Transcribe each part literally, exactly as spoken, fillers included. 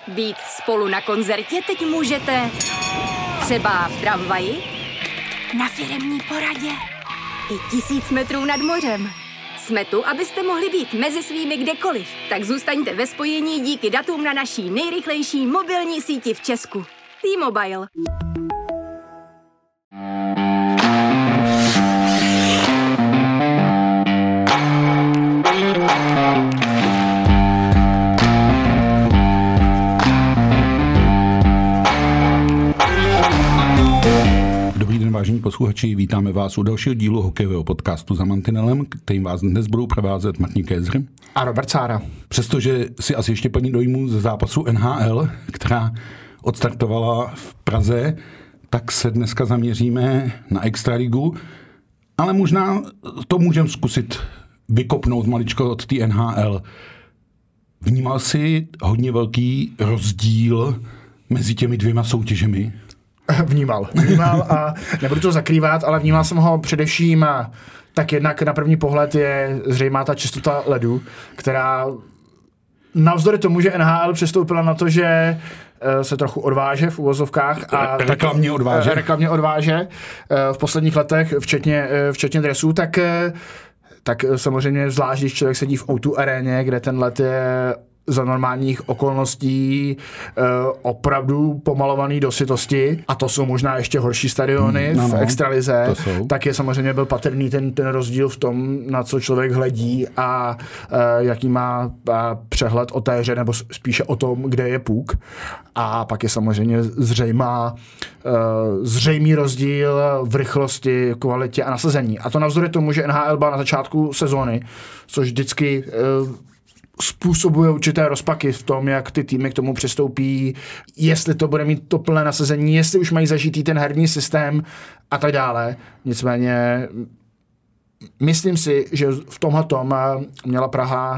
Být spolu na koncertě teď můžete třeba v tramvaji, na firemní poradě i tisíc metrů nad mořem. Jsme tu, abyste mohli být mezi svými kdekoliv. Tak zůstaňte ve spojení díky datům na naší nejrychlejší mobilní síti v Česku. T-Mobile. Vážení posluchači, vítáme vás u dalšího dílu hokejového podcastu Za mantinelem, kterým vás dnes budou provázet Martin Kézr a Robert Sára. Přestože si asi ještě plní dojmů ze zápasu N H L, která odstartovala v Praze, tak se dneska zaměříme na Extraligu, ale možná to můžeme zkusit vykopnout maličko od té N H L. Vnímal jsi hodně velký rozdíl mezi těmi dvěma soutěžemi? Vnímal, vnímal a nebudu to zakrývat, ale vnímal jsem ho především tak jednak na první pohled je zřejmá ta čistota ledu, která navzdory tomu, že N H L přistoupila na to, že se trochu odváže v uvozovkách a Re- reklamně odváže. reklamně odváže v posledních letech, včetně, včetně dresů, tak, tak samozřejmě zvlášť, když člověk sedí v O dva aréně, kde ten let je za normálních okolností e, opravdu pomalovaný do sytosti, a to jsou možná ještě horší stadiony hmm, no, v extralize, tak je samozřejmě byl patrný ten, ten rozdíl v tom, na co člověk hledí a e, jaký má a, přehled o té hře, nebo spíše o tom, kde je puk. A pak je samozřejmě zřejmá, e, zřejmý rozdíl v rychlosti, kvalitě a nasazení. A to navzdory tomu, že N H L byla na začátku sezóny, což vždycky e, způsobuje určité rozpaky v tom, jak ty týmy k tomu přistoupí, jestli to bude mít to plné nasazení, jestli už mají zažitý ten herní systém a tak dále. Nicméně myslím si, že v tomhletom měla Praha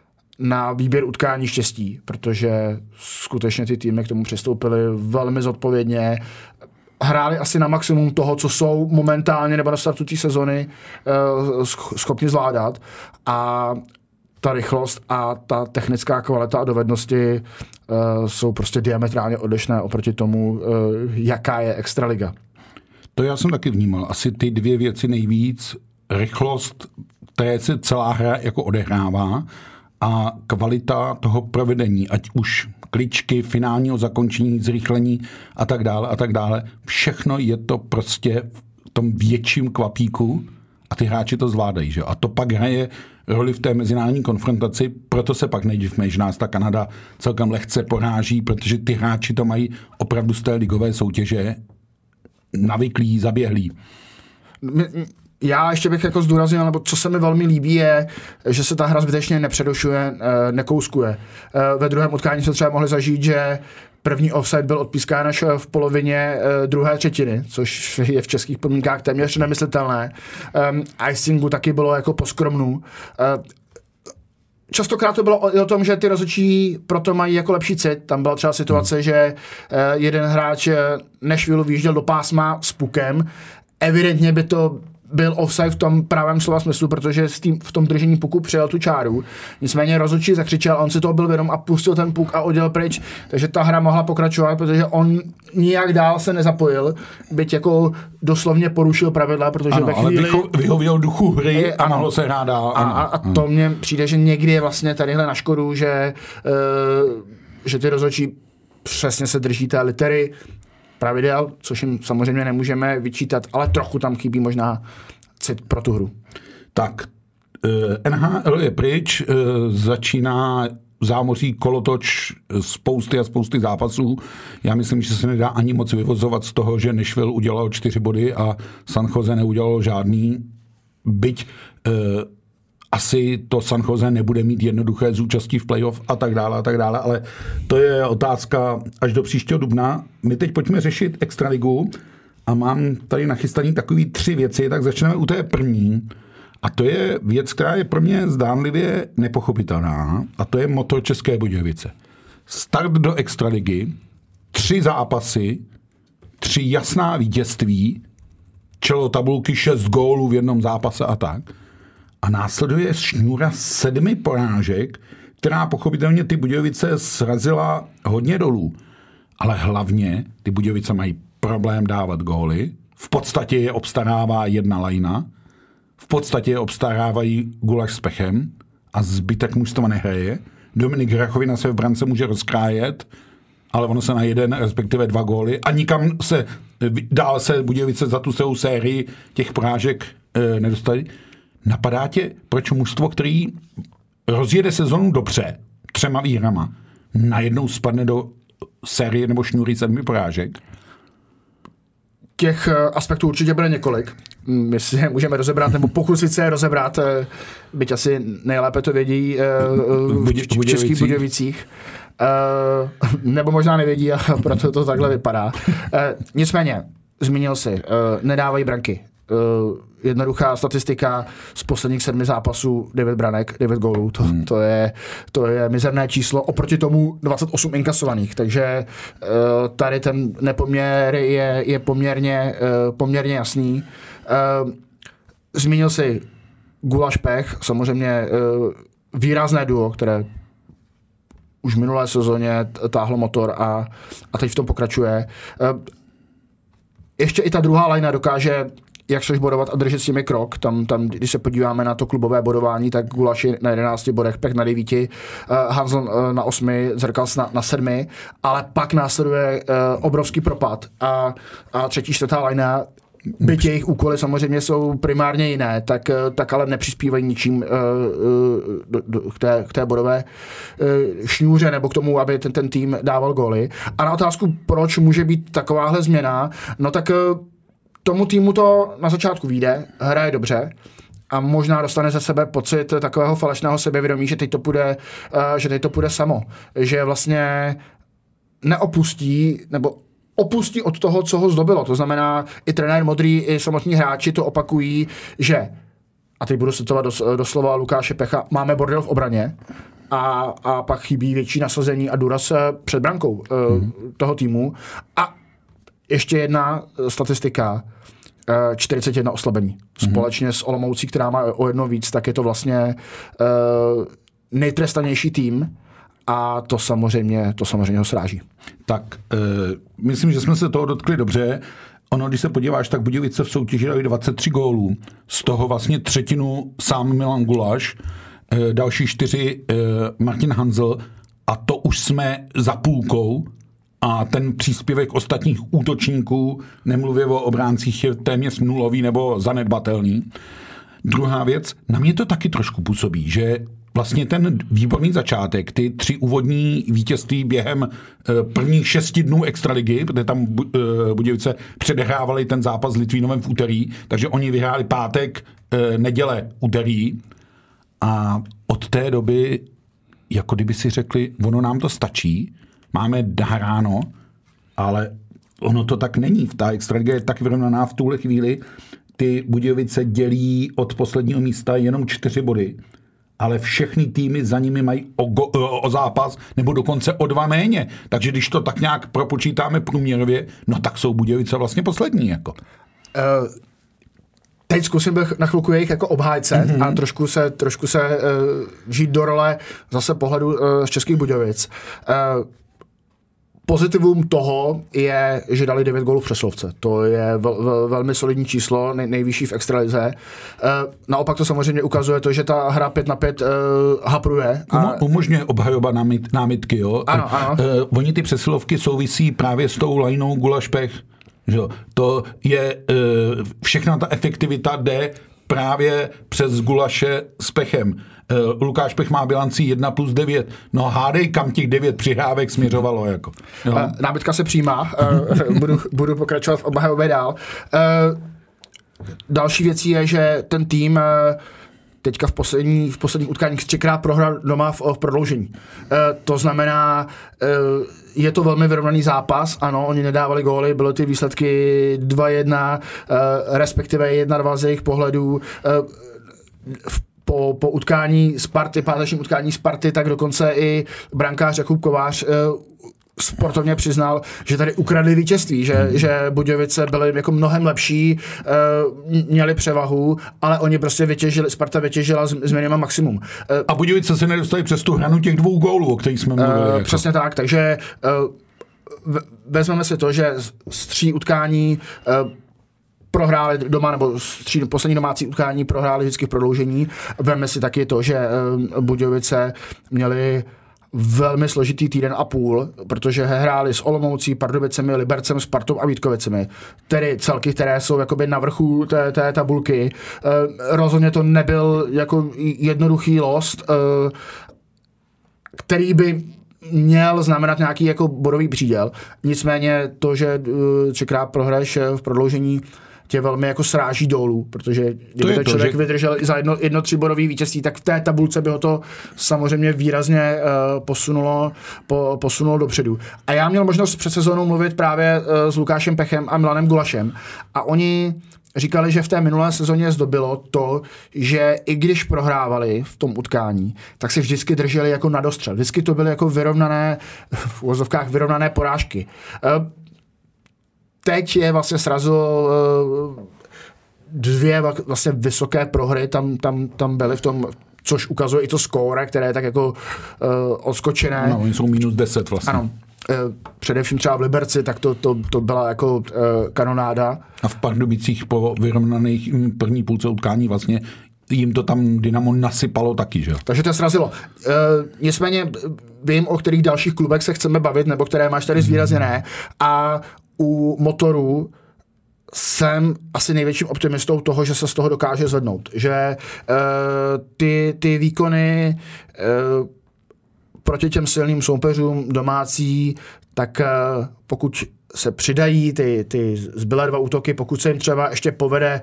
na výběr utkání štěstí, protože skutečně ty týmy k tomu přistoupily velmi zodpovědně, hráli asi na maximum toho, co jsou momentálně nebo na startu té sezony schopni zvládat, a ta rychlost a ta technická kvalita a dovednosti uh, jsou prostě diametrálně odlišné oproti tomu, uh, jaká je extraliga. To já jsem taky vnímal. Asi ty dvě věci nejvíc. Rychlost, které se celá hra jako odehrává, a kvalita toho provedení, ať už kličky, finálního zakončení, zrychlení a tak dále a tak dále. Všechno je to prostě v tom větším kvapíku a ty hráči to zvládají. Že? A to pak hraje roli v té mezinárodní konfrontaci, proto se pak nejdivme, že nás ta Kanada celkem lehce poráží, protože ty hráči to mají opravdu z té ligové soutěže navyklí, zaběhlí. Já ještě bych jako zdůraznil, nebo co se mi velmi líbí, je, že se ta hra zbytečně nepředušuje, nekouskuje. Ve druhém utkání se třeba mohli zažít, že první offside byl odpískán až v polovině uh, druhé třetiny, což je v českých podmínkách téměř nemyslitelné. Um, icingu taky bylo jako poskromnů. Uh, častokrát to bylo o, o tom, že ty rozhodčí proto mají jako lepší cit. Tam byla třeba situace, hmm. že uh, jeden hráč Nashville vyjížděl do pásma s pukem. Evidentně by to byl offside v tom pravém slova smyslu, protože tým, v tom držení puku přijel tu čáru. Nicméně rozhodčí zakřičel, on si toho byl vědom a pustil ten puk a odjel pryč, takže ta hra mohla pokračovat, protože on nijak dál se nezapojil, byť jako doslovně porušil pravidla, protože ano, ve chvíli ale vyhověl duchu hry a mohlo se hrát dál. A, a, a to mně přijde, že někdy je vlastně tadyhle na škodu, že, uh, že ty rozhodčí přesně se drží té litery pravidel, což jim samozřejmě nemůžeme vyčítat, ale trochu tam chybí možná cit pro tu hru. Tak, N H L je pryč, začíná v zámoří kolotoč spousty a spousty zápasů. Já myslím, že se nedá ani moc vyvozovat z toho, že Nashville udělal čtyři body a San Jose neudělalo žádný. Byť asi to San Jose nebude mít jednoduché zúčastí v playoff a tak dále a tak dále, ale to je otázka až do příštího dubna. My teď pojďme řešit extraligu a mám tady nachystaný takový tři věci, tak začneme u té první. A to je věc, která je pro mě zdánlivě nepochopitelná, a to je motor České Budějovice. Start do extraligy, tři zápasy, tři jasná vítězství, čelo tabulky, šest gólů v jednom zápase a tak. A následuje šňůra sedmi porážek, která pochopitelně ty Budějovice srazila hodně dolů. Ale hlavně ty Budějovice mají problém dávat góly. V podstatě je obstarává jedna lajna. V podstatě je obstarávají Gulaš s Pechem a zbytek mužstva nehraje. Dominik Hrachovina se v brance může rozkrájet, ale ono se na jeden, respektive dva góly a nikam se, dál se Budějovice za tu celou sérii těch porážek e, nedostali. Napadá tě, proč mužstvo, který rozjede sezonu dobře, třema výhrama, najednou spadne do série nebo šňůry sedmi porážek? Těch aspektů určitě bude několik. My si je můžeme rozebrat, nebo pokusit se je rozebrat, byť asi nejlépe to vědí v, v, v českých Budějovicích. Uh, nebo možná nevědí a proto to takhle vypadá. Uh, nicméně, zmínil si, uh, nedávají branky. Uh, jednoduchá statistika z posledních sedmi zápasů, devět branek, devět gólů, to, hmm. to, je, to je mizerné číslo, oproti tomu dvacet osm inkasovaných, takže uh, tady ten nepoměr je, je poměrně, uh, poměrně jasný. Uh, zmínil si Gulaš Pech, samozřejmě uh, výrazné duo, které už v minulé sezóně táhlo motor a, a teď v tom pokračuje. Uh, ještě i ta druhá lajna dokáže jak seš bodovat a držet s nimi krok. Tam, tam, když se podíváme na to klubové bodování, tak Gulaš je na jedenácti bodech, Pech na devíti, uh, Hanzl uh, na osmi, Zrkals na, na sedmi, ale pak následuje uh, obrovský propad a, a třetí, čtvrtá lajna, byť jejich úkoly samozřejmě jsou primárně jiné, tak, tak ale nepřispívají ničím uh, do, do, k, té, k té bodové uh, šňůře nebo k tomu, aby ten, ten tým dával góly. A na otázku, proč může být takováhle změna, no tak uh, tomu týmu to na začátku vyjde, hraje dobře a možná dostane ze sebe pocit takového falešného sebevědomí, že teď to půjde, uh, že teď to půjde samo. Že vlastně neopustí, nebo opustí od toho, co ho zdobilo. To znamená, i trenér Modrý, i samotní hráči to opakují, že, a teď budu citovat dos, doslova Lukáše Pecha, máme bordel v obraně a, a pak chybí větší nasazení a důraz před brankou mm. toho týmu. A ještě jedna statistika, čtyřicet jedna oslabení. Mm. Společně s Olomoucí, která má o jedno víc, tak je to vlastně uh, nejtrestanější tým a to samozřejmě, to samozřejmě ho sráží. Tak, uh, myslím, že jsme se toho dotkli dobře. Ono, když se podíváš, tak Budějovice v soutěži dali dvacet tři gólů. Z toho vlastně třetinu sám Milan Gulaš, uh, další čtyři uh, Martin Hanzl a to už jsme za půlkou. A ten příspěvek ostatních útočníků, nemluvě o obráncích, je téměř nulový nebo zanedbatelný. Druhá věc, na mě to taky trošku působí, že vlastně ten výborný začátek, ty tři úvodní vítězství během prvních šesti dnů extraligy, protože tam Budějovice předehrávali ten zápas s Litvínovem v úterý, takže oni vyhráli pátek, neděle, úterý a od té doby, jako kdyby si řekli, ono nám to stačí, máme nahráno, ale ono to tak není. Ta extraliga je tak vyrovnaná v tuhle chvíli. Ty Budějovice dělí od posledního místa jenom čtyři body, ale všechny týmy za nimi mají o, go, o zápas nebo dokonce o dva méně. Takže když to tak nějak propočítáme průměrově, no tak jsou Budějovice vlastně poslední. Jako. Uh... Teď zkusím bych na chvilku jejich jako obhájce mm-hmm. a trošku se, trošku se uh, žít do role zase pohledu uh, z Českých Budějovic. Uh, Pozitivum toho je, že dali devět gólů v přesilovce. To je vel, vel, velmi solidní číslo, nej, nejvyšší v extralize. Uh, naopak to samozřejmě ukazuje to, že ta hra pět na pět uh, hapruje. A... Umožňuje obhajoba námit, námitky, jo? Ano, ano. Uh, oni ty přesilovky souvisí právě s tou lajnou Gulaš Pech. Že? To je, uh, všechna ta efektivita jde právě přes Gulaše s Pechem. Uh, Lukáš Pech má bilanci jedna plus devět. No hádej, kam těch devět přihrávek směřovalo. Jako. Uh, námitka se přijímá. Uh, budu, budu pokračovat v obhajobě dál. Uh, další věcí je, že ten tým uh, teďka v, poslední, v posledních utkáních třikrát prohrál doma v, v prodloužení. Uh, to znamená, uh, je to velmi vyrovnaný zápas, ano, oni nedávali góly, byly ty výsledky dva jedna, uh, respektive jedna dva z jejich pohledů. Uh, v Po, po utkání Sparty, pátečním utkání Sparty, tak dokonce i brankář Jakub Kovář uh, sportovně přiznal, že tady ukradli vítězství, že, hmm. že Budějovice byly jako mnohem lepší, uh, měli převahu, ale oni prostě vytěžili, Sparta vytěžila z, z minima maximum. Uh, a Budějovice se nedostali přes tu hranu těch dvou gólů, o kterých jsme mluvili. Uh, jako. Přesně tak, takže uh, vezmeme si to, že z tří utkání uh, prohráli doma, nebo stří, poslední domácí utkání prohráli vždycky v prodloužení. Vemme si taky to, že uh, Budějovice měli velmi složitý týden a půl, protože hráli s Olomoucí, Pardubicemi, Libercem, Spartou a Vítkovicemi. Tedy celky, které jsou jakoby na vrchu té, té tabulky. E, rozhodně to nebyl jako jednoduchý lost, e, který by měl znamenat nějaký jako bodový příděl. Nicméně to, že třikrát prohraješ v prodloužení, tě velmi jako sráží dolů, protože kdyby to člověk že... vydržel za jedno, jedno třibodový vítězství, tak v té tabulce by ho to samozřejmě výrazně uh, posunulo, po, posunulo dopředu. A já měl možnost před sezónou mluvit právě uh, s Lukášem Pechem a Milanem Gulašem a oni říkali, že v té minulé sezóně zdobilo to, že i když prohrávali v tom utkání, tak si vždycky drželi jako na dostřel. Vždycky to byly jako vyrovnané, v uvozovkách vyrovnané porážky. Uh, Teď je vlastně srazu uh, dvě vlastně vysoké prohry, tam, tam, tam byly v tom, což ukazuje i to skóre, které je tak jako uh, odskočené. Ano, oni jsou minus deset vlastně. Ano, uh, především třeba v Liberci, tak to, to, to byla jako uh, kanonáda. A v Pardubicích po vyrovnaných první půlce utkání vlastně jim to tam Dynamo nasypalo taky, že? Takže to srazilo. Uh, nicméně vím, o kterých dalších klubech se chceme bavit, nebo které máš tady zvýrazněné. A u Motoru jsem asi největším optimistou toho, že se z toho dokáže zvednout. Že uh, ty, ty výkony uh, proti těm silným soupeřům domácí, tak uh, pokud se přidají ty, ty zbylé dva útoky, pokud se jim třeba ještě povede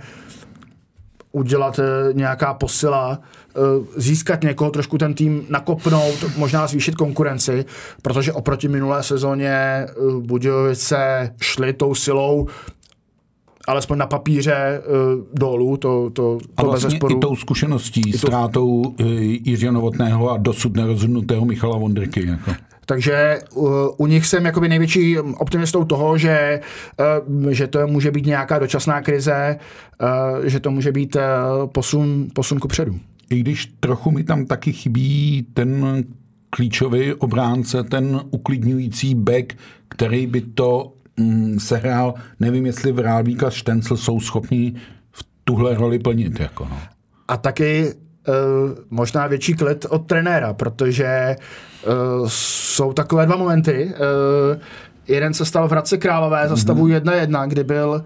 udělat uh, nějaká posila, uh, získat někoho, trošku ten tým nakopnout, možná zvýšit konkurenci, protože oproti minulé sezóně uh, Budějovice šly tou silou alespoň na papíře uh, dolů, to, to, to a vlastně bezesporu. I tou zkušeností, ztrátou uh, Jiřího Novotného a dosud nerozhodnutého Michala Vondrky. Jako. Takže uh, u nich jsem jakoby největší optimistou toho, že, uh, že to může být nějaká dočasná krize, uh, že to může být uh, posun, posun kupředu. I když trochu mi tam taky chybí ten klíčový obránce, ten uklidňující back, který by to mm, sehrál, nevím, jestli Vrálbík a Štencl jsou schopni v tuhle roli plnit. Jako no. A taky uh, možná větší klid od trenéra, protože uh, jsou takové dva momenty. Uh, jeden se stal v Hradci Králové za stavu jedna jedna, kdy byl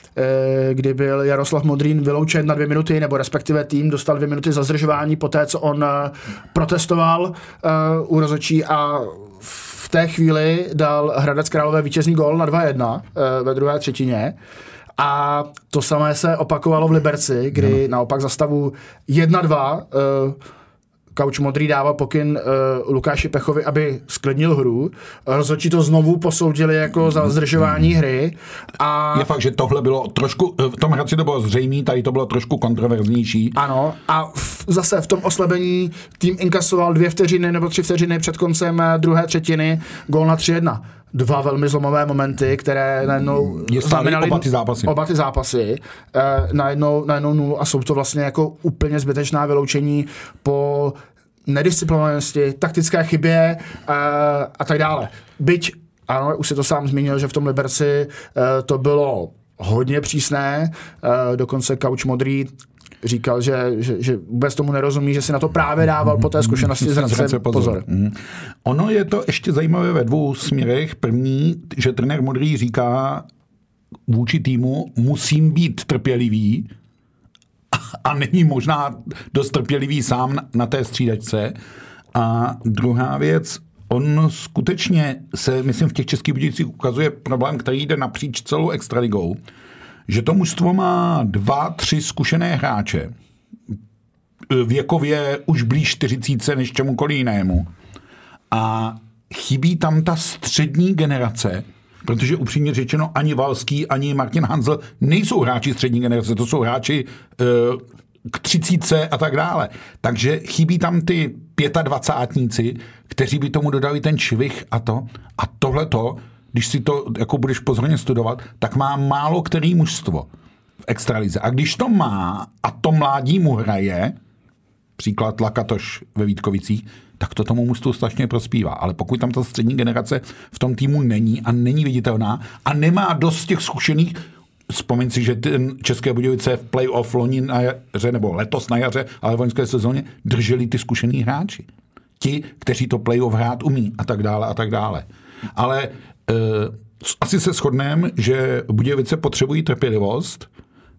kdy byl Jaroslav Modrín vyloučen na dvě minuty, nebo respektive tým dostal dvě minuty za zdržování po té, co on protestoval uh, u rozhodčí a v té chvíli dal Hradec Králové vítězný gól na dva jedna uh, ve druhé třetině. A to samé se opakovalo v Liberci, kdy no. naopak za stavu jedna dva uh, Kauč Modrý dával pokyn uh, Lukáši Pechovi, aby sklidnil hru. Rozhodčí to znovu posoudili jako za zdržování hry. A je fakt, že tohle bylo trošku, v tom Hradci to bylo zřejmé, tady to bylo trošku kontroverznější. Ano, a v, zase v tom oslabení tým inkasoval dvě vteřiny nebo tři vteřiny před koncem druhé třetiny, gól na tři jedna. Dva velmi zlomové momenty, které najednou znamenaly oba ty zápasy. Oba ty zápasy eh, najednou, najednou nulu a jsou to vlastně jako úplně zbytečná vyloučení po nedisciplinovanosti, taktické chybě eh, a tak dále. Byť, ano, už si to sám zmínil, že v tom Liberci eh, to bylo hodně přísné, eh, dokonce Kauč Modrý říkal, že, že, že vůbec tomu nerozumí, že si na to právě dával po té zkušenosti z Hradce pozor. pozor. Mm. Ono je to ještě zajímavé ve dvou směrech. První, že trenér Modrý říká vůči týmu, musím být trpělivý a není možná dost trpělivý sám na, na té střídačce. A druhá věc, on skutečně se, myslím, v těch Českých Budějovicích ukazuje problém, který jde napříč celou extraligou, že to mužstvo má dva, tři zkušené hráče. Věkově už blíž čtyřicítce než čemukoliv jinému. A chybí tam ta střední generace, protože upřímně řečeno ani Valský, ani Martin Hanzl nejsou hráči střední generace, to jsou hráči uh, k třicítce a tak dále. Takže chybí tam ty pětadvacátníci, kteří by tomu dodali ten čvich a to. A tohleto, když si to jako budeš pozorně studovat, tak má málo který mužstvo v extralize. A když to má a to mládí mu hraje, příklad Lakatoš ve Vítkovicích, tak to tomu mužstvu strašně prospívá. Ale pokud tam ta střední generace v tom týmu není a není viditelná a nemá dost těch zkušených, vzpomeň si, že ten České Budějovice v playoff loni na jaře, nebo letos na jaře, ale v loňské sezóně drželi ty zkušený hráči. Ti, kteří to playoff hrát umí a tak dále a tak dále. Ale e, asi se shodneme, že Budějovice potřebují trpělivost,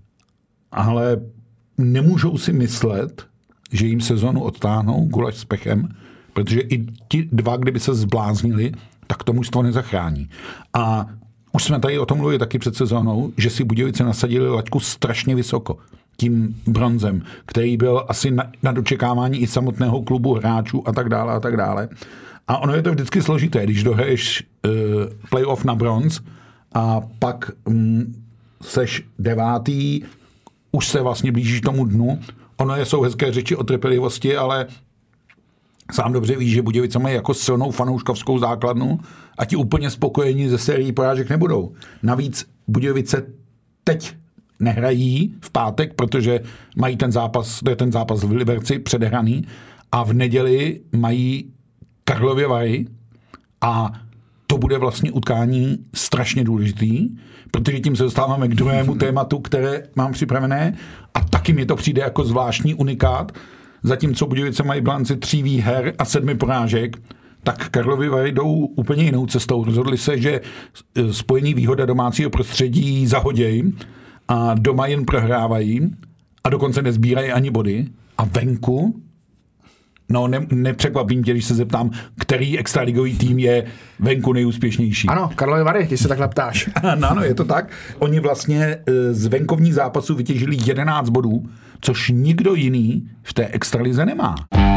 ale nemůžou si myslet, že jim sezonu odtáhnou gulaš s pechem, protože i ti dva, kdyby se zbláznili, tak to mužstvo nezachrání. A už jsme tady o tom mluvili taky před sezónou, že si Budějovice nasadili laťku strašně vysoko tím bronzem, který byl asi na, na dočekávání i samotného klubu hráčů a tak dále a tak dále. A ono je to vždycky složité, když dohraješ uh, playoff na bronz a pak um, seš devátý, už se vlastně blížíš tomu dnu. Ono je, jsou hezké řeči o trpělivosti, ale sám dobře víš, že Budějovice mají jako silnou fanouškovskou základnu a ti úplně spokojení ze sérií porážek nebudou. Navíc Budějovice teď nehrají v pátek, protože mají ten zápas, to je ten zápas v Liberci předehraný a v neděli mají Karlovy Vary a to bude vlastně utkání strašně důležitý, protože tím se dostáváme k druhému tématu, které mám připravené a taky mi to přijde jako zvláštní unikát. Zatímco Budějovice mají bilanci tří výher a sedmi porážek, tak Karlovy Vary jdou úplně jinou cestou. Rozhodli se, že spojení výhoda domácího prostředí zahodějí a doma jen prohrávají a dokonce nezbírají ani body. A venku, no ne, nepřekvapím tě, když se zeptám, který extraligový tým je venku nejúspěšnější. Ano, Karlovy Vary, když se takhle ptáš. Ano, ano, je to tak. Oni vlastně z venkovních zápasů vytěžili jedenáct bodů, což nikdo jiný v té extralize nemá.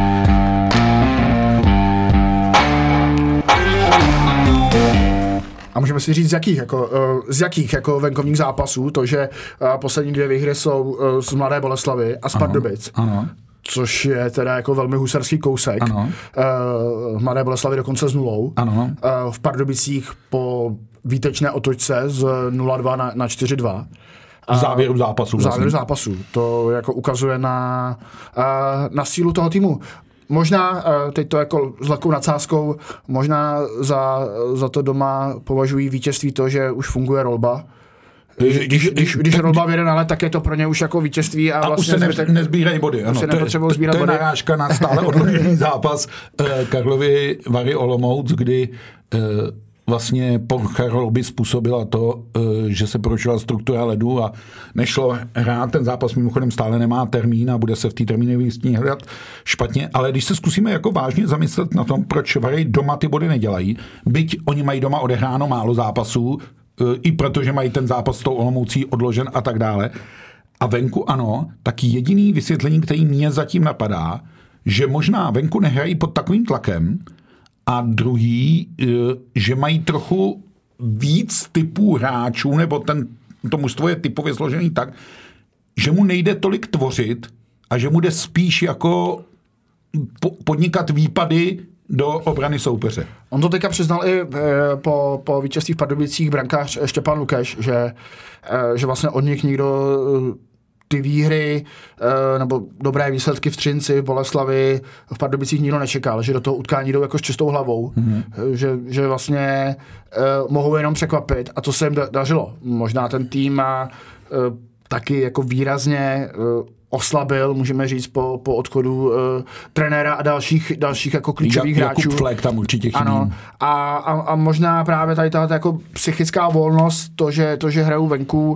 A můžeme si říct, z jakých, jako, z jakých jako venkovních zápasů, to, že poslední dvě výhry jsou z Mladé Boleslavi a z Pardubic. Ano. Což je teda jako velmi husarský kousek. Ano. V Mladé Boleslavi dokonce s nulou. Ano. V Pardubicích po výtečné otočce z nula dva na, na čtyři dva. V závěru zápasu. V závěru zápasu. To jako ukazuje na, na sílu toho týmu. Možná, teď to jako s lehkou nadsázkou, možná za, za to doma považují vítězství to, že už funguje rolba. Když, když, když, když rolba vyjede na let, tak je to pro ně už jako vítězství. A, a vlastně už se ne, zbytek, nezbírají body. Ano, se to, je, to, sbírat to je body. narážka na stále odložený zápas eh, Karlovy Vary Olomouc, kdy eh, vlastně porucha rolby způsobila to, eh, že se porušila struktura ledu a nešlo hrát. Ten zápas mimochodem stále nemá termín a bude se v té termínové listině hledat špatně. Ale když se zkusíme jako vážně zamyslet na tom, proč Vary doma ty body nedělají, byť oni mají doma odehráno málo zápasů, i protože mají ten zápas s tou Olomoucí odložen a tak dále. A venku ano, tak jediný vysvětlení, který mě zatím napadá, že možná venku nehrají pod takovým tlakem a druhý, že mají trochu víc typů hráčů, nebo ten, to mužstvo je typově složený tak, že mu nejde tolik tvořit a že mu jde spíš jako podnikat výpady do obrany soupeře. On to teďka přiznal i e, po, po vítězství v Pardubicích brankář Štěpán Lukeš, že, e, že vlastně od nich nikdo ty výhry e, nebo dobré výsledky v Třinci, v Boleslavi, v Pardubicích nikdo nečekal, že do toho utkání jdou jako s čistou hlavou, mm-hmm. e, že, že vlastně e, mohou jenom překvapit a to se jim da, dařilo. Možná ten tým má e, taky jako výrazně e, oslabil, můžeme říct, po, po odchodu uh, trenéra a dalších, dalších jako klíčových Jak, hráčů. Jakub Flek tam určitě chybí. Ano. A, a, a možná právě tady ta jako psychická volnost, to, že, to, že hrajou venku, uh,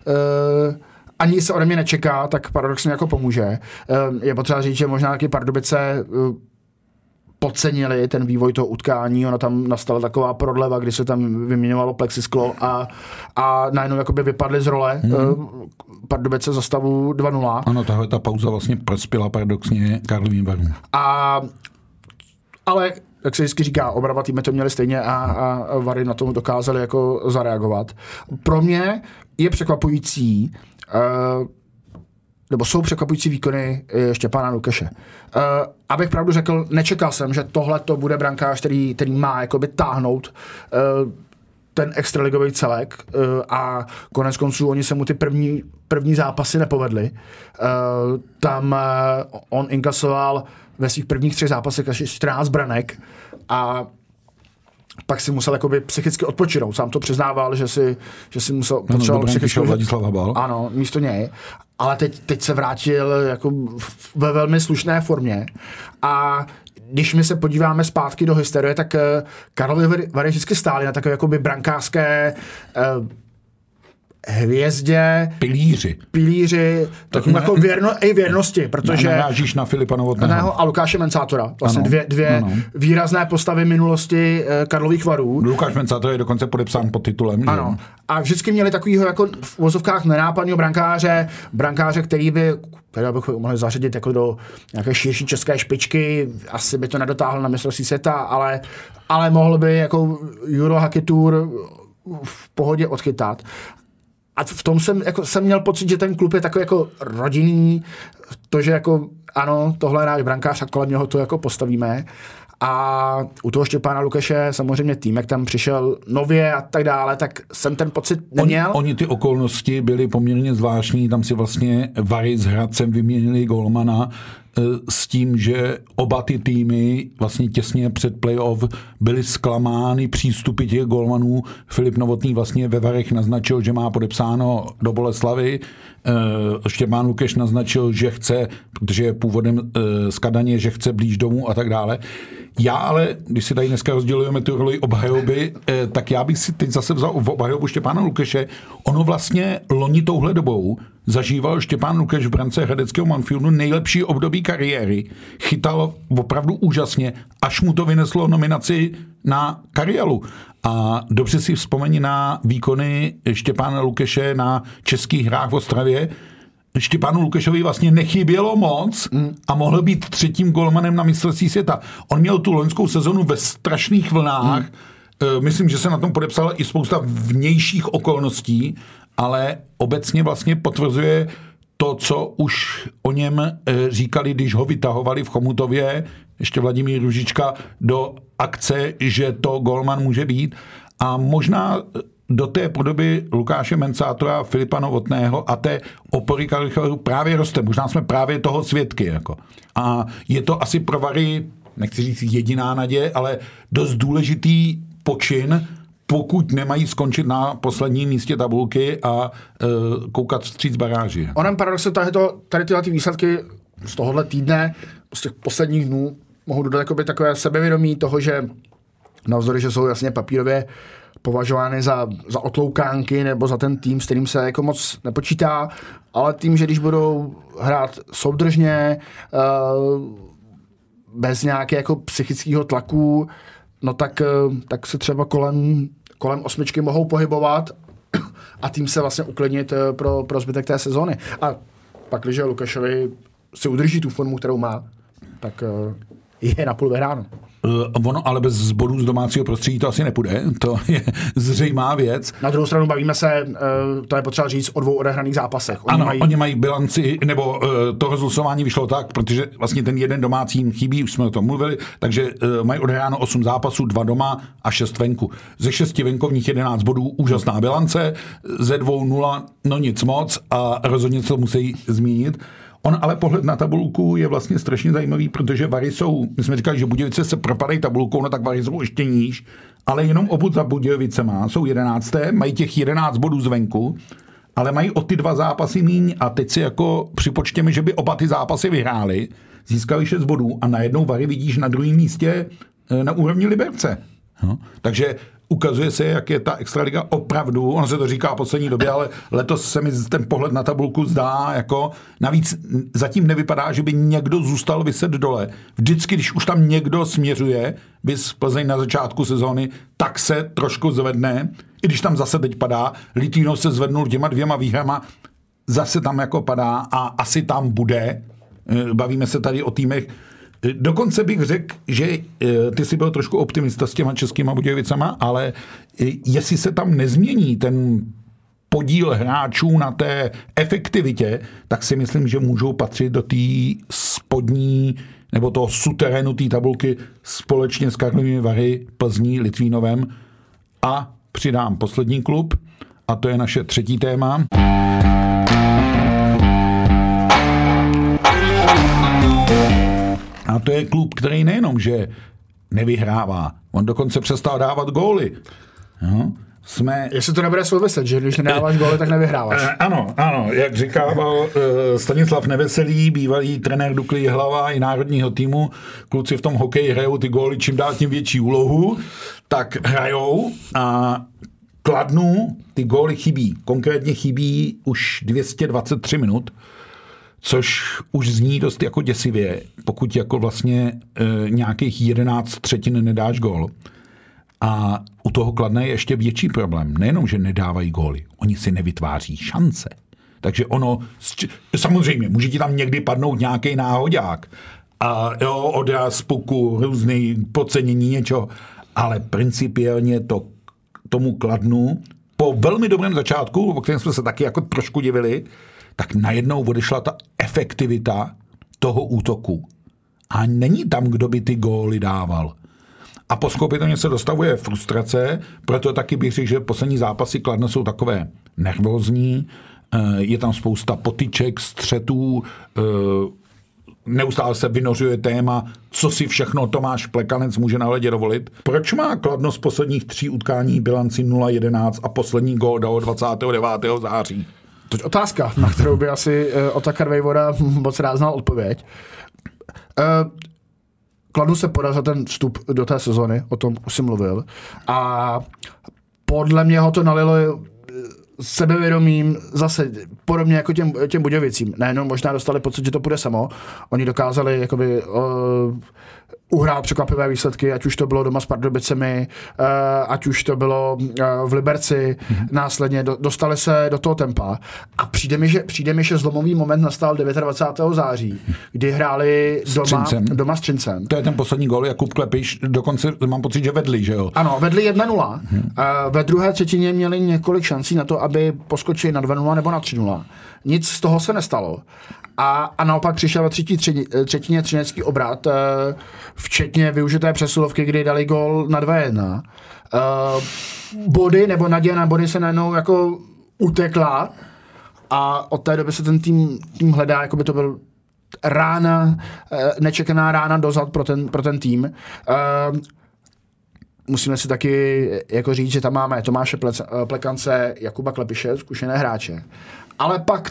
ani se ode mě nečeká, tak paradoxně jako pomůže. Uh, je potřeba říct, že možná taky Pardubice uh, podcenili ten vývoj toho utkání, ona tam nastala taková prodleva, kdy se tam vyměňovalo plexisklo a, a najednou jakoby vypadly z role hmm. Pardubice za stavu dva nula. Ano, tahle ta pauza vlastně prospěla paradoxně Karlovým Varům. A ale, jak se vždycky říká, oba dva týmy to měli stejně a, a Vary na tom dokázali jako zareagovat. Pro mě je překvapující, uh, nebo jsou překvapující výkony Štěpána Lukeše. Uh, abych pravdu řekl, nečekal jsem, že tohle to bude brankář, který, který má jakoby táhnout uh, ten extraligový celek uh, a konec konců oni se mu ty první, první zápasy nepovedly. Uh, tam uh, on inkasoval ve svých prvních třech zápasech až čtrnáct branek a pak si musel jakoby psychicky odpočinout. Sám to přiznával, že si, že si musel no, potřeboval no, psychicky... Vladislav Habal. Ano, místo něj. Ale teď, teď se vrátil jako ve velmi slušné formě. A když my se podíváme zpátky do historie, tak Karlovy Vary vždycky stály na takové jakoby brankářské uh, hvězdě, pilíři, pilíři tak ne, jako věrno, i věrnosti, protože narážíš na Filipa Novotného a Lukáše Mencátora. Vlastně ano, dvě, dvě ano. výrazné postavy minulosti eh, Karlových Varů. Lukáš Mencátor je dokonce podepsán pod titulem. Ano. A vždycky měli takovýho jako v uvozovkách nenápadného brankáře, brankáře, který by který bychom mohli zařadit jako do nějaké širší české špičky, asi by to nedotáhl na mistrovství světa, ale, ale mohl by jako Euro Hockey Tour v pohodě odchytat. A v tom jsem, jako, jsem měl pocit, že ten klub je takový jako rodinný, to, že jako ano, tohle je náš brankář a kolem něho to jako postavíme. A u toho Štěpána Lukeše samozřejmě tým, jak tam přišel nově a tak dále, tak jsem ten pocit neměl. Oni, oni ty okolnosti byly poměrně zvláštní, tam si vlastně Vary s Hradcem vyměnili golmana s tím, že oba ty týmy vlastně těsně před playoff byly zklamány přístupy těch golmanů. Filip Novotný vlastně ve Varech naznačil, že má podepsáno do Boleslavy. Štěpán Lukeš naznačil, že chce, protože je původem z Kadaně, že chce blíž domů a tak dále. Já ale, když si tady dneska rozdělujeme tu roli obhajoby, tak já bych si teď zase vzal v obhajobu Štěpána Lukeše. Ono vlastně loni touhle dobou zažíval Štěpán Lukeš v brance hradeckého Manfieldu nejlepší období kariéry. Chytal opravdu úžasně, až mu to vyneslo nominaci na Karielu. A dobře si vzpomeni na výkony Štěpána Lukeše na českých hrách v Ostravě. Štěpánu Lukešovi vlastně nechybělo moc a mohl být třetím golmanem na mistrovství světa. On měl tu loňskou sezonu ve strašných vlnách. Hmm. Myslím, že se na tom podepsala i spousta vnějších okolností, ale obecně vlastně potvrzuje to, co už o něm říkali, když ho vytahovali v Chomutově, ještě Vladimír Ružička, do akce, že to golman může být. A možná do té podoby Lukáše Mencátora, Filipa Novotného a té opory Karlových právě roste. Možná jsme právě toho svědky. Jako. A je to asi pro Vary, nechci říct jediná naděje, ale dost důležitý počin, pokud nemají skončit na posledním místě tabulky a e, koukat vstříc baráži. Onem paradoxem tady, to, tady tyhle ty výsledky z tohohle týdne, z těch posledních dnů, mohou dodat jakoby takové sebevědomí toho, že navzdory, že jsou jasně papírově považovány za, za otloukánky nebo za ten tým, s kterým se jako moc nepočítá, ale tím, že když budou hrát soudržně, uh, bez nějaké jako psychického tlaku, no tak, tak se třeba kolem, kolem osmičky mohou pohybovat a tým se vlastně uklidnit pro, pro zbytek té sezóny. A pak, když Lukášovi si udrží tu formu, kterou má, tak je napůl vyhráno. Uh, ono, ale bez bodů z domácího prostředí to asi nepůjde. To je zřejmá věc. Na druhou stranu bavíme se, uh, to je potřeba říct, o dvou odehraných zápasech. Oni ano, mají... oni mají bilanci, nebo uh, to rozlosování vyšlo tak, protože vlastně ten jeden domácí jim chybí, už jsme o tom mluvili, takže uh, mají odehráno osm zápasů, dva doma a šest venku. Ze šesti venkovních jedenáct bodů, úžasná bilance, ze dvou nula, no nic moc a rozhodně to musí zmínit. On ale pohled na tabulku je vlastně strašně zajímavý, protože Vary jsou, my jsme říkali, že Budějovice se propadají tabulkou, no tak Vary jsou ještě níž, ale jenom obud za Budějovicema jsou jedenácté, mají těch jedenáct bodů zvenku, ale mají o ty dva zápasy míň a teď si jako připočtěme, že by oba ty zápasy vyhráli, získali šest bodů a najednou Vary vidíš na druhém místě na úrovni Liberce. No, takže ukazuje se, jak je ta extraliga opravdu, ono se to říká v poslední době, ale letos se mi ten pohled na tabulku zdá, jako navíc zatím nevypadá, že by někdo zůstal vyset dole. Vždycky, když už tam někdo směřuje, bys Plzeň na začátku sezóny, tak se trošku zvedne, i když tam zase teď padá, Litvínov se zvednul těma dvěma výhrama, zase tam jako padá a asi tam bude. Bavíme se tady o týmech. Dokonce bych řekl, že ty jsi byl trošku optimista s těma českýma Budějovicama, ale jestli se tam nezmění ten podíl hráčů na té efektivitě, tak si myslím, že můžou patřit do té spodní nebo toho suterénu té tabulky společně s Karlovými Vary, Plzní, Litvínovem. A přidám poslední klub, a to je naše třetí téma. A to je klub, který nejenom, že nevyhrává, on dokonce přestal dávat góly. No, jsme... Jestli to nebude souviset, že když nedáváš góly, tak nevyhráváš. Ano, ano, jak říkával uh, Stanislav Neveselý, bývalý trenér Dukly Jihlava i národního týmu, kluci v tom hokeji hrajou ty góly čím dál tím větší úlohu, tak hrajou a Kladnu ty góly chybí. Konkrétně chybí už dvě stě dvacet tři minut, což už zní dost jako děsivě, pokud jako vlastně e, nějakých jedenáct třetin nedáš gól. A u toho Kladna je ještě větší problém. Nejenom, že nedávají góly, oni si nevytváří šance. Takže ono, samozřejmě, může ti tam někdy padnout nějaký náhodák a jo, odraz, puku, různý podcenění něčeho, ale principiálně to tomu Kladnu po velmi dobrém začátku, o kterém jsme se taky jako trošku divili, tak najednou odešla ta efektivita toho útoku. A není tam, kdo by ty góly dával. A pochopitelně se dostavuje frustrace, proto taky bych řekl, že poslední zápasy Kladna jsou takové nervózní, je tam spousta potyček, střetů, neustále se vynořuje téma, co si všechno Tomáš Plekanec může na ledě dovolit. Proč má Kladno z posledních tří utkání bilanci nula jedenáct a poslední gól dalo dvacátého devátého září? To je otázka, na kterou by asi uh, Otakar Vejvoda moc rád znal odpověď. Uh, Kladnu se podařil ten vstup do té sezony, o tom už jsem mluvil. A podle mě ho to nalilo sebevědomím zase podobně jako těm, těm Budějovicím. Nejenom možná dostali pocit, že to půjde samo. Oni dokázali jakoby uh, uhrát překvapivé výsledky, ať už to bylo doma s Pardubicemi, uh, ať už to bylo uh, v Liberci, mm-hmm. následně do, dostali se do toho tempa. A přijde mi, že, přijde mi, že zlomový moment nastal dvacátého devátého září, kdy hráli doma, doma s Třincem. To je ten poslední gól, Jakub Klepiš, dokonce mám pocit, že vedli, že jo? Ano, vedli jedna nula. Mm-hmm. Uh, ve druhé třetině měli několik šancí na to, aby poskočili na dva nula nebo na tři nula. Nic z toho se nestalo. A, a naopak přišel ve třetí třetině třinecký obrat, uh, včetně využité přesilovky, kdy dali gól na dva jedna. Uh, body nebo naděje na body se najednou jako utekla a od té doby se ten tým, tým hledá, jako by to byl rána, uh, nečekaná rána dozad pro ten, pro ten tým. Uh, Musíme si taky jako říct, že tam máme Tomáše Plekance, Jakuba Klepiše, zkušené hráče. Ale pak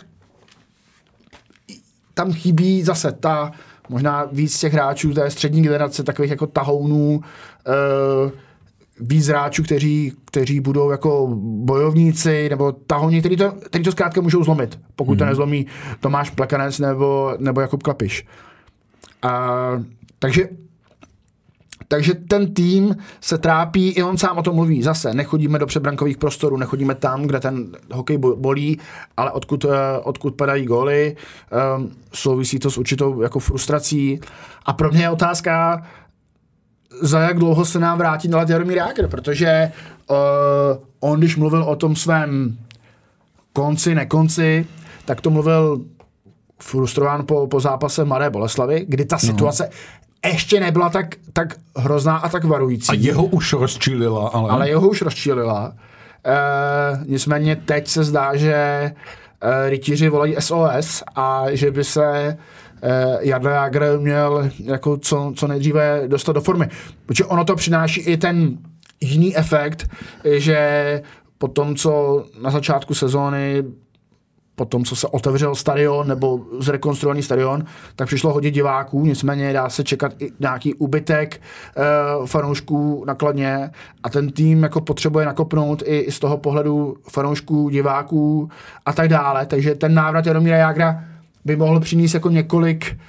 tam chybí zase ta, možná víc těch hráčů té střední generace, takových jako tahounů, uh, víc hráčů, kteří, kteří budou jako bojovníci, nebo tahouni, kteří to, kteří to zkrátka můžou zlomit, pokud mm. to nezlomí Tomáš Plekanec nebo, nebo Jakub Klepiš. Uh, takže Takže ten tým se trápí, i on sám o tom mluví, zase nechodíme do předbrankových prostorů, nechodíme tam, kde ten hokej bolí, ale odkud, odkud padají góly, um, souvisí to s určitou jako frustrací. A pro mě je otázka, za jak dlouho se nám vrátí na let Jaromír Jágr, protože uh, on, když mluvil o tom svém konci, nekonci, tak to mluvil frustrován po, po zápase Mladé Boleslavi, kdy ta situace no. ještě nebyla tak, tak hrozná a tak varující. A jeho už rozčílila, ale... Ale jeho už rozčílila. E, nicméně teď se zdá, že e, rytíři volají S O S a že by se e, Jarda Jágr měl jako co, co nejdříve dostat do formy. Protože ono to přináší i ten jiný efekt, že po tom, co na začátku sezóny po tom, co se otevřel stadion nebo zrekonstruovaný stadion, tak přišlo hodně diváků, nicméně dá se čekat i nějaký úbytek e, fanoušků na Kladně a ten tým jako potřebuje nakopnout i, i z toho pohledu fanoušků, diváků a tak dále, takže ten návrat Jaromíra Jágra by mohl přinést jako několik e,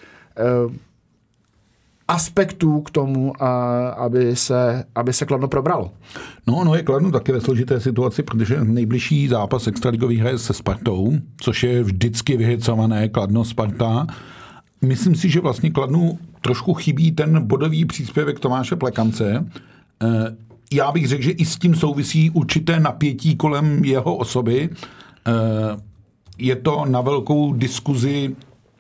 aspektů k tomu, a, aby, se, aby se Kladno probralo. No, no je Kladno taky ve složité situaci, protože nejbližší zápas extraligový hraje se Spartou, což je vždycky vyhecované Kladno-Sparta. Myslím si, že vlastně Kladnu trošku chybí ten bodový příspěvek Tomáše Plekance. Já bych řekl, že i s tím souvisí určité napětí kolem jeho osoby. Je to na velkou diskuzi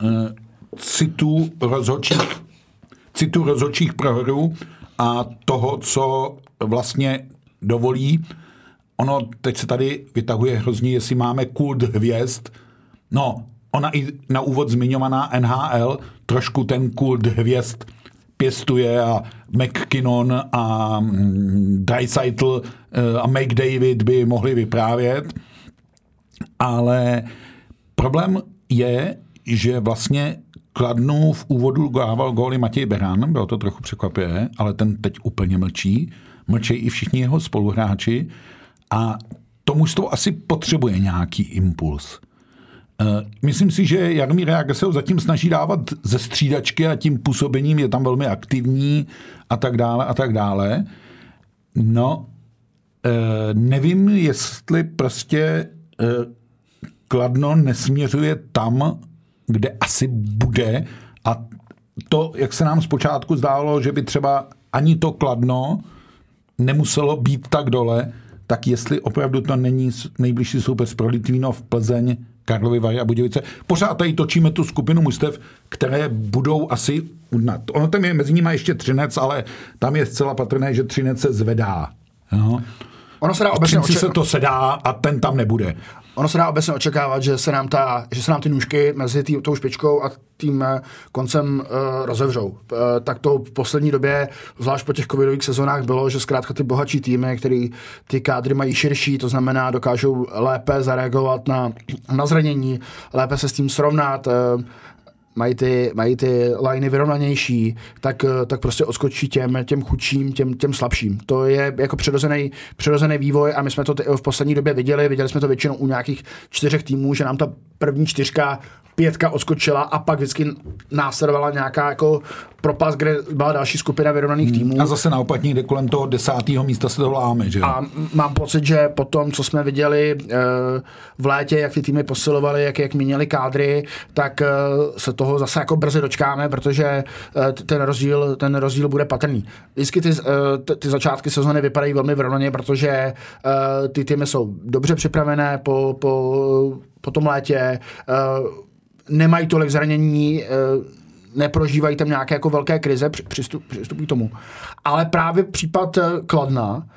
citu rozhodčích, citu rozhodčích pro hru a toho, co vlastně dovolí. Ono teď se tady vytahuje hrozně, jestli máme kult hvězd. No, ona i na úvod zmiňovaná N H L trošku ten kult hvězd pěstuje a McKinnon a Draisaitl a McDavid by mohli vyprávět. Ale problém je, že vlastně Kladnu v úvodu dával góly Matěj Beran, bylo to trochu překvapivé, ale ten teď úplně mlčí. Mlčí i všichni jeho spoluhráči a to mužstvo asi potřebuje nějaký impuls. Myslím si, že Jaromír Jágr se ho zatím snaží dávat ze střídačky a tím působením je tam velmi aktivní a tak dále a tak dále. No, nevím, jestli prostě Kladno nesměřuje tam, kde asi bude a to, jak se nám zpočátku zdálo, že by třeba ani to Kladno nemuselo být tak dole, tak jestli opravdu to není nejbližší soupeř pro Litvínov, Plzeň, Karlovy Vary a Budějovice. Pořád tady točíme tu skupinu mužstev, které budou asi udnat. Ono tam je mezi nimi ještě Třinec, ale tam je zcela patrné, že Třinec se zvedá. No. Ono se dá obecně oček... se to sedá a ten tam nebude. Ono se dá obecně očekávat, že se nám, ta, že se nám ty nůžky mezi tý, tou špičkou a tím koncem uh, rozevřou. Uh, tak to v poslední době, zvlášť po těch covidových sezónách, bylo, že zkrátka ty bohatší týmy, který ty kádry mají širší, to znamená, dokážou lépe zareagovat na, na zranění, lépe se s tím srovnat, uh, mají ty, mají ty liney vyrovnanější, tak, tak prostě odskočí těm, těm chudším, těm, těm slabším. To je jako přirozený, přirozený vývoj a my jsme to t- v poslední době viděli, viděli jsme to většinou u nějakých čtyřech týmů, že nám ta první čtyřka, pětka odskočila a pak vždycky následovala nějaká jako propast, kde byla další skupina vyrovnaných týmů. A zase naopak někde kolem toho desátého místa se to láme, že jo? A mám pocit, že po tom, co jsme viděli uh, v létě, jak ty týmy posilovaly, jak, jak měnili kádry, tak uh, se toho zase jako brzy dočkáme, protože uh, ten rozdíl, ten rozdíl bude patrný. Vždycky ty, uh, ty, ty začátky sezóny vypadají velmi vyrovnaně, protože uh, ty týmy jsou dobře připravené po, po, po tom létě, uh, nemají tolik zranění, neprožívají tam nějaké jako velké krize, přistup, přistupují tomu. Ale právě případ Kladna,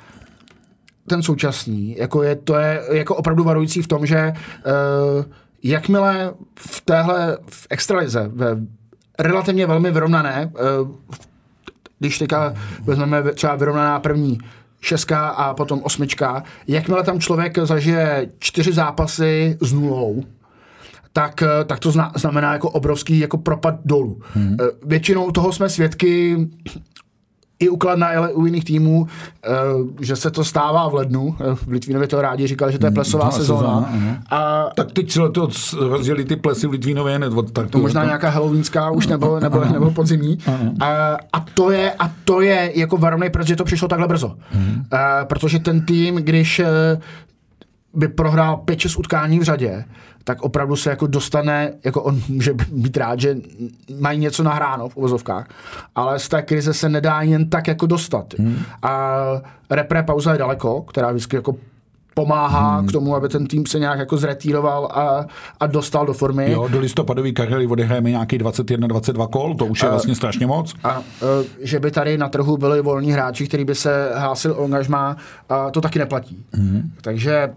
ten současný, jako je, to je jako opravdu varující v tom, že uh, jakmile v téhle v extralize, ve relativně velmi vyrovnané, uh, když teďka vezmeme třeba vyrovnaná první šestka a potom osmička, jakmile tam člověk zažije čtyři zápasy s nulou, tak, tak to zna, znamená jako obrovský jako propad dolů. Hmm. Většinou toho jsme svědky i u Kladna, ale u jiných týmů, že se to stává v lednu. V Litvínově to rádi říkali, že to je plesová hmm, sezóna. A tak teď se to rozdělili ty plesy v Litvínově. Tak to možná nějaká halloweenská už nebo, nebo, nebo podzimní. A, a, to je, a to je jako varovnej, protože to přišlo takhle brzo. Hmm. A, protože ten tým, když by prohrál pět šest utkání v řadě, tak opravdu se jako dostane, jako on může být rád, že mají něco nahráno v uvozovkách, ale z té krize se nedá jen tak jako dostat. Hmm. A repre pauza je daleko, která vždycky jako pomáhá hmm. k tomu, aby ten tým se nějak jako zretíroval a, a dostal do formy. Jo, do listopadové kariéry odehrajeme nějaký dvacet jedna dvacet dva kol, to už je a, vlastně strašně moc. A, a že by tady na trhu byli volní hráči, kteří by se hlásil o angažmá, a to taky neplatí. Hmm. Takže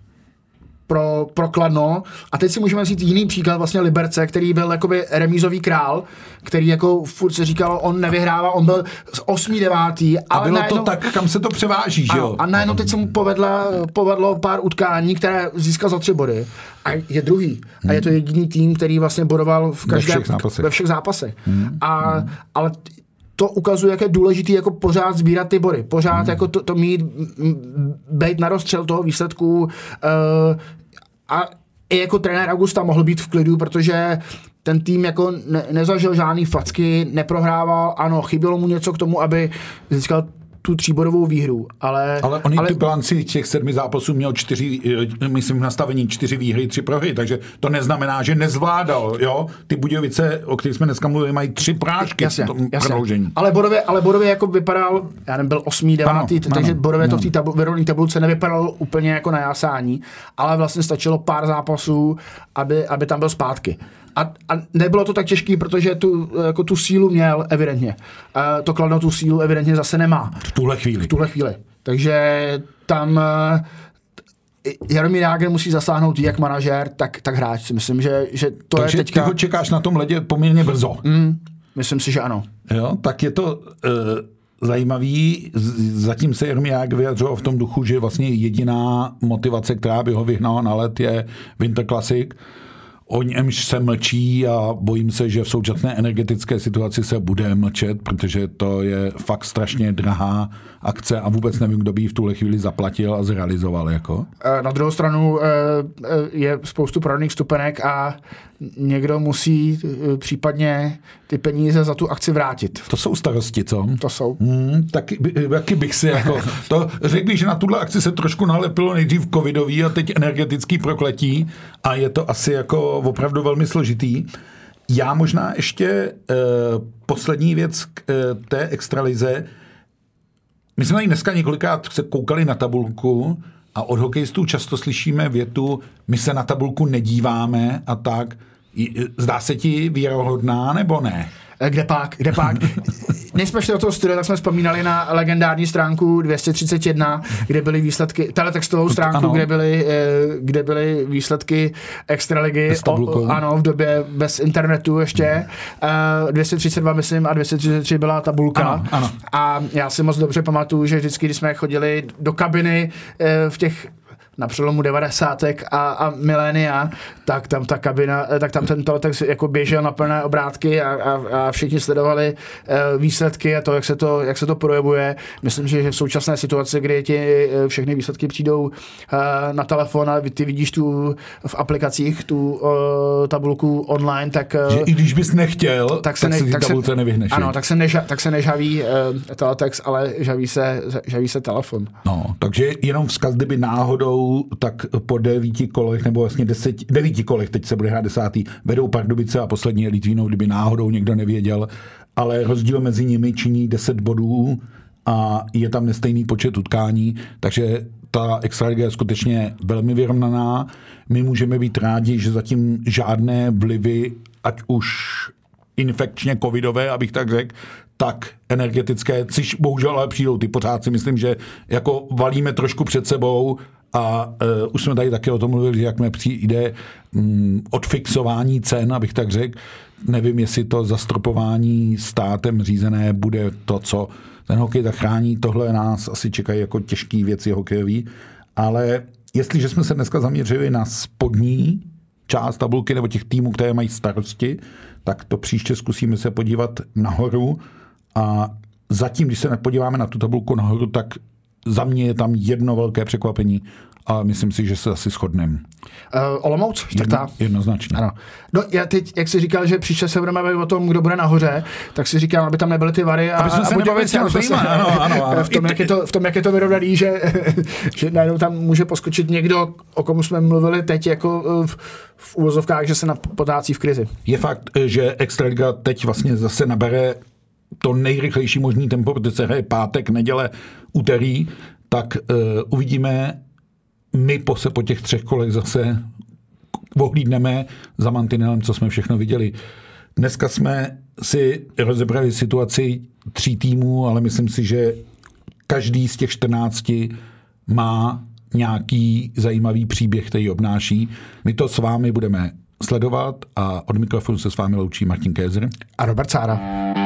Pro, pro Kladno. A teď si můžeme vzít jiný příklad, vlastně Liberce, který byl jakoby remízový král, který jako furt se říkalo, on nevyhrává, on byl z osmý devátý. A bylo najednou, to tak, kam se to převáží, že jo? A najednou teď se mu povedla, povedlo pár utkání, které získal za tři body. A je druhý. Hmm. A je to jediný tým, který vlastně bodoval v každé, ve všech zápasech. Ve všech zápasech. Hmm. A, hmm. Ale to ukazuje, jak je důležitý jako pořád sbírat ty body. Pořád hmm. jako to, to mít, být na rozstřel toho výsledku uh, a i jako trenér Augusta mohl být v klidu, protože ten tým jako ne, nezažil žádný facky, neprohrával, ano, chybělo mu něco k tomu, aby získal tu tříbodovou výhru, ale... Ale oni ale... ty bilanci těch sedmi zápasů měl čtyři, myslím v nastavení čtyři výhry, tři prohry, takže to neznamená, že nezvládal, jo? Ty Budějovice, o kterých jsme dneska mluvili, mají tři prášky jasně, v tom jasně. prodloužení. Ale bodově, ale bodově jako vypadal, já nevím, byl osmý, devátý, ano, takže ano, bodově ano. to v té tabul, tabulce nevypadalo úplně jako na jásání, ale vlastně stačilo pár zápasů, aby, aby tam byl zpátky. A, a nebylo to tak těžké, protože tu, jako tu sílu měl evidentně. A to Kladno tu sílu evidentně zase nemá. V tuhle chvíli. V tuhle chvíli. Takže tam Jaromír Jágr musí zasáhnout jak manažér, tak, tak hráč. Myslím, že, že to Takže je teďka... ty ho čekáš na tom ledě poměrně brzo. Mm, myslím si, že ano. Jo, tak je to... Uh... zajímavý, zatím se Jaromír Jágr vyjadřoval v tom duchu, že vlastně jediná motivace, která by ho vyhnala na let, je Winter Classic. O němž se mlčí a bojím se, že v současné energetické situaci se bude mlčet, protože to je fakt strašně drahá akce a vůbec nevím, kdo by ji v tuhle chvíli zaplatil a zrealizoval. Jako. Na druhou stranu je spoustu prodaných stupenek a někdo musí případně ty peníze za tu akci vrátit. To jsou starosti, co? To jsou. Hmm, taky, taky bych si jako... To řekl bych, že na tuhle akci se trošku nalepilo nejdřív covidový a teď energetický prokletí a je to asi jako opravdu velmi složitý. Já možná ještě eh, poslední věc k eh, té extralize. My jsme tady dneska několikrát se koukali na tabulku a od hokejistů často slyšíme větu, my se na tabulku nedíváme a tak. Zdá se ti věrohodná nebo ne? Kde pak, kde pak? Než jsme šli do toho studia, tak jsme vzpomínali na legendární stránku dvě stě třicet jedna, kde byly výsledky, teletextovou stránku, kde byly, kde byly výsledky extraligy. O, ano, v době bez internetu ještě. dvě stě třicet dva, myslím, a dvě stě třicet tři byla tabulka. Ano, ano. A já si moc dobře pamatuju, že vždycky, když jsme chodili do kabiny v těch na přelomu devadesátek a, a milénia, tak tam ta kabina, tak tam ten teletext jako běžel na plné obrátky a, a, a všichni sledovali uh, výsledky a to, jak se to, jak se to projevuje. Myslím, že v současné situaci, kdy ti uh, všechny výsledky přijdou uh, na telefon a ty vidíš tu v aplikacích tu uh, tabulku online, tak... Uh, že i když bys nechtěl, tak se, ne, tak se ty tabulce nevyhneš. Ano, tak se, neža, tak se nežaví uh, teletext, ale žaví se, žaví se telefon. No, takže jenom vzkaz, kdyby náhodou tak po devíti kolech, nebo vlastně deset, devíti kolech, teď se bude hrát desátý, vedou Pardubice a poslední je Litvínov, kdyby náhodou někdo nevěděl, ale rozdíl mezi nimi činí deset bodů a je tam nestejný počet utkání, takže ta extraliga je skutečně velmi vyrovnaná. My můžeme být rádi, že zatím žádné vlivy, ať už infekčně covidové, abych tak řekl, tak energetické, což bohužel ale přijdou ty pořád si myslím, že jako valíme trošku před sebou a uh, už jsme tady také o tom mluvili, že jak mi přijde um, odfixování cen, abych tak řekl, nevím, jestli to zastropování státem řízené bude to, co ten hokej zachrání, tohle nás asi čekají jako těžký věci hokejový, ale jestliže jsme se dneska zaměřili na spodní část tabulky nebo těch týmů, které mají starosti, tak to příště zkusíme se podívat nahoru a zatím, když se nepodíváme na tu tabulku nahoru, tak za mě je tam jedno velké překvapení a myslím si, že se asi shodneme. Uh, Olomouc, čtvrtá. Jedno, jednoznačně. Ano. No, já teď, jak jsi říkal, že příště se budeme bavit o tom, kdo bude nahoře, tak si říkám, aby tam nebyly ty vary. A, aby jsme se nebavili s ano, ano, ano. V tom, jak je to, v tom, jak je to vyrovnaný, že, že najednou tam může poskočit někdo, o komu jsme mluvili teď jako v, v uvozovkách, že se potácí v krizi. Je fakt, že Extraliga teď vlastně zase nabere to nejrychlejší možný tempo, protože se hraje pátek, neděle, úterý, tak uh, uvidíme, my po se po těch třech kolech zase ohlídneme za mantinelem, co jsme všechno viděli. Dneska jsme si rozebrali situaci tří týmů, ale myslím si, že každý z těch čtrnácti má nějaký zajímavý příběh, který obnáší. My to s vámi budeme sledovat a od mikrofonu se s vámi loučí Martin Kézer a Robert Sára.